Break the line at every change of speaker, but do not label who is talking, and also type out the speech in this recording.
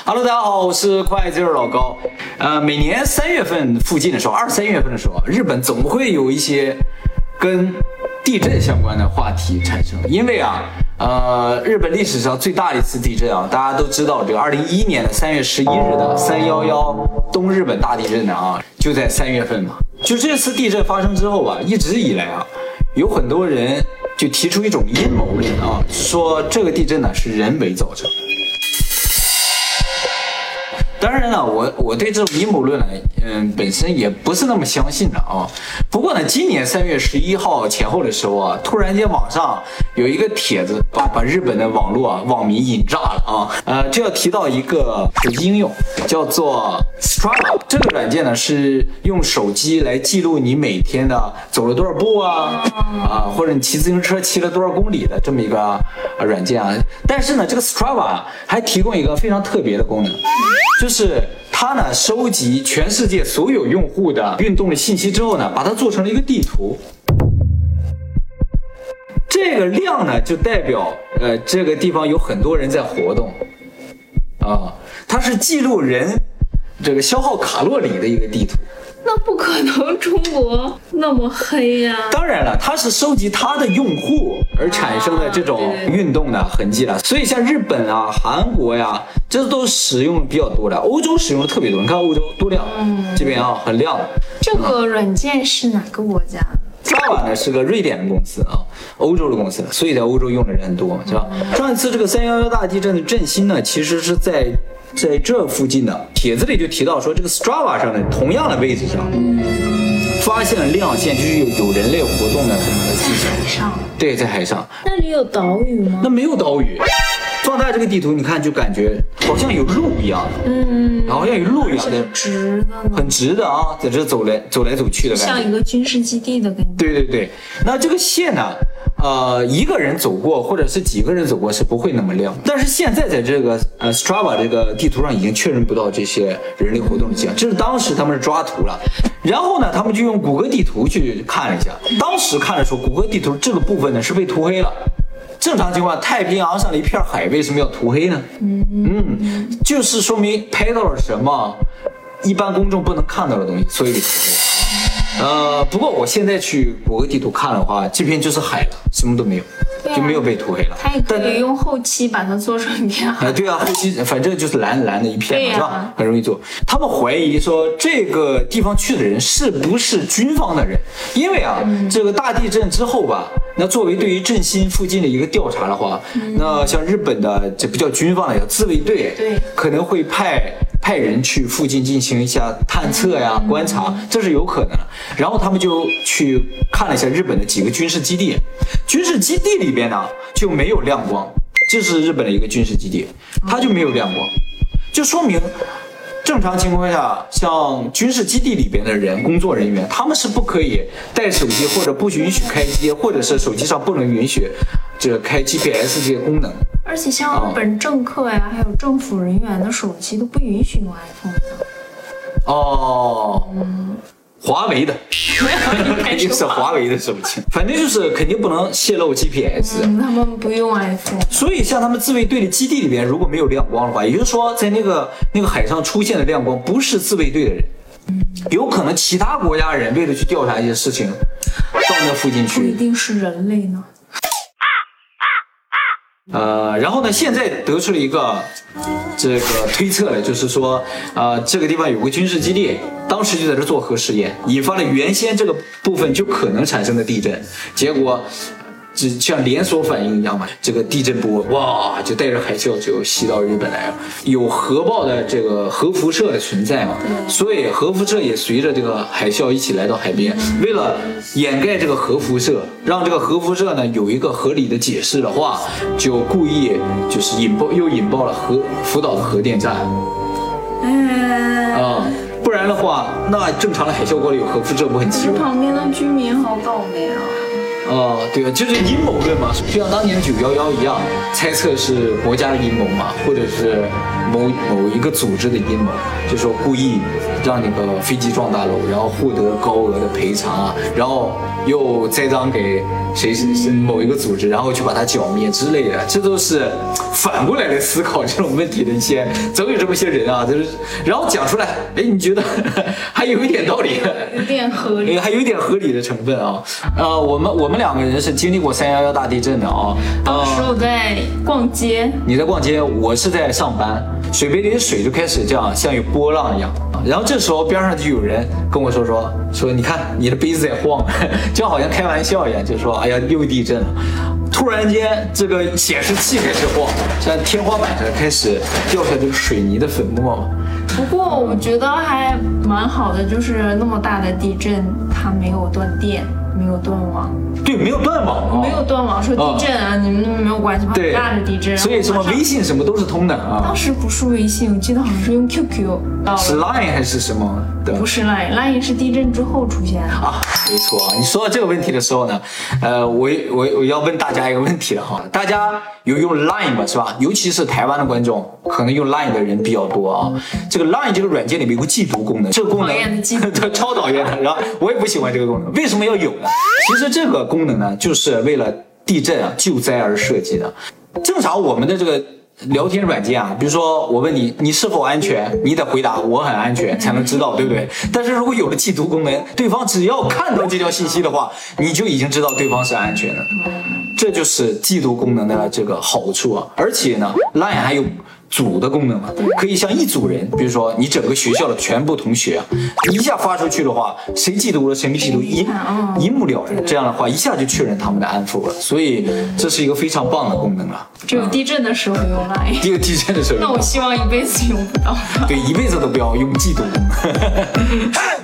Hello， 大家好，我是会计老高。每年3月份附近的时候，23月份的时候，日本总会有一些跟地震相关的话题产生。因为日本历史上最大的一次地震大家都知道，这个2011年的3月11日的311东日本大地震就在3月份嘛。就这次地震发生之后一直以来有很多人就提出一种阴谋论说这个地震呢是人为造成。当然了，我对这种阴谋论呢，本身也不是那么相信的不过呢，今年3月11号前后的时候突然间网上有一个帖子把日本的网民引炸了这要提到一个手机应用，叫做 Strava。这个软件呢是用手机来记录你每天的走了多少步或者你骑自行车骑了多少公里的这么一个软件但是呢，这个 Strava 还提供一个非常特别的功能，就是它呢收集全世界所有用户的运动的信息之后呢，把它做成了一个地图。这个量呢就代表这个地方有很多人在活动它是记录人这个消耗卡路里的一个地图。
那不可能中国那么黑呀。
当然了，它是收集它的用户而产生的这种运动的痕迹了。所以像日本韩国这都使用比较多的，欧洲使用的特别多。你看欧洲多亮这边很亮
这个软件是哪个国家
？Strava 呢是个瑞典的公司欧洲的公司，所以在欧洲用的人很多是吧？上一次这个311大地震的震心呢，其实是在这附近的。帖子里就提到说，这个 Strava 上的同样的位置上发现了亮线，就是有人类活动的这么个迹象。
在海上？
对，在海上。
那里有岛屿吗？
那没有岛屿。放大这个地图，你看就感觉好像有路一样的，好像有路一样的，
直的，
很直的在这走来走去的感觉，
像一个军事基地的感觉。
对，那这个线呢，一个人走过或者是几个人走过是不会那么亮，但是现在在这个Strava 这个地图上已经确认不到这些人类活动的迹象，这是当时他们是抓图了，然后呢，他们就用谷歌地图去看了一下，当时看的时候，谷歌地图这个部分呢是被涂黑了。正常情况，太平洋上的一片海为什么要涂黑呢？就是说明拍到了什么一般公众不能看到的东西，所以给涂黑了。不过我现在去谷歌地图看的话，这边就是海了，什么都没有，就没有被涂黑了。
它也可以用后期把它做成一片海。
对后期反正就是蓝蓝的一片是吧？很容易做。他们怀疑说这个地方去的人是不是军方的人？因为这个大地震之后那作为对于震心附近的一个调查的话，那像日本的这不叫军方的，叫自卫队，可能会派人去附近进行一下探测观察，这是有可能的。然后他们就去看了一下日本的几个军事基地，军事基地里边呢就没有亮光，这是日本的一个军事基地，它就没有亮光，就说明正常情况下，像军事基地里边的工作人员，他们是不可以带手机，或者不允许开机，或者是手机上不能允许开 GPS 这些功能。
而且像日本政客还有政府人员的手机都不允许用 iPhone 的。
华为的，肯定是华为的手机，反正就是肯定不能泄露 GPS。
他们不用 iPhone，
所以像他们自卫队的基地里边如果没有亮光的话，也就是说在那个海上出现的亮光不是自卫队的人，有可能其他国家人为了去调查一些事情到那附近去，
不一定是人类呢。
然后呢，现在得出了一个这个推测了，就是说这个地方有个军事基地，当时就在这做核试验，引发了原先这个部分就可能产生的地震，结果就像连锁反应一样嘛，这个地震波就带着海啸就袭到日本来了。有核爆的这个核辐射的存在嘛，所以核辐射也随着这个海啸一起来到海边。为了掩盖这个核辐射，让这个核辐射呢有一个合理的解释的话，就故意就是引爆了福岛的核电站。不然的话，那正常的海啸过来有核辐射不很奇怪？
旁边的居民好倒霉
对就是阴谋论嘛，就像当年911一样，猜测是国家的阴谋嘛，或者是某一个组织的阴谋，就说故意让那个飞机撞大楼，然后获得高额的赔偿啊，然后又栽赃给是某一个组织，然后去把它剿灭之类的，这都是反过来的思考这种问题的一些，总有这么些人啊，就是然后讲出来，哎，你觉得还有一点道理，
有点合理，
还有一点合理的成分啊。我们两个人是经历过311大地震的啊。
当时我在逛街，
你在逛街，我是在上班，水杯里的水就开始这样像有波浪一样。然后这时候边上就有人跟我说，你看你的杯子在晃，就好像开玩笑一样，就说哎呀又地震了。突然间这个显示器开始晃，像天花板上开始掉下这个水泥的粉末嘛。
不过我觉得还蛮好的，就是那么大的地震，它没有断电，没有断网。
对，没有断网啊，
没有断网。说地震啊，你们没有关系吧？很大的地震，
所以什么微信什么都是通的啊。
当时不是微信，我记得好像是用 QQ。
是 Line 还是什么的？
不是 Line 是地震之后出现的
啊。没错啊，你说到这个问题的时候呢，我要问大家一个问题了哈，大家有用 Line 吗？是吧？尤其是台湾的观众，可能用 Line 的人比较多啊。这个 Line 这个软件里面有个寄读功能，这个功能超讨厌的，然后我也不喜欢这个功能，为什么要有呢？其实这个功能呢，就是为了地震啊救灾而设计的。正常我们的这个聊天软件啊，比如说我问你是否安全，你得回答我很安全才能知道，对不对？但是如果有了寄读功能，对方只要看到这条信息的话，你就已经知道对方是安全的。这就是寄读功能的这个好处啊。而且呢 Line 还有组的功能嘛，可以像一组人，比如说你整个学校的全部同学啊，一下发出去的话，谁寄读了谁没寄读一目了然，这样的话一下就确认他们的安抚了，所以这是一个非常棒的功能了。
只有地震的时候用 Line，
只有地震的时候。
那我希望一辈子用不到。
对，一辈子都不要用寄读功能。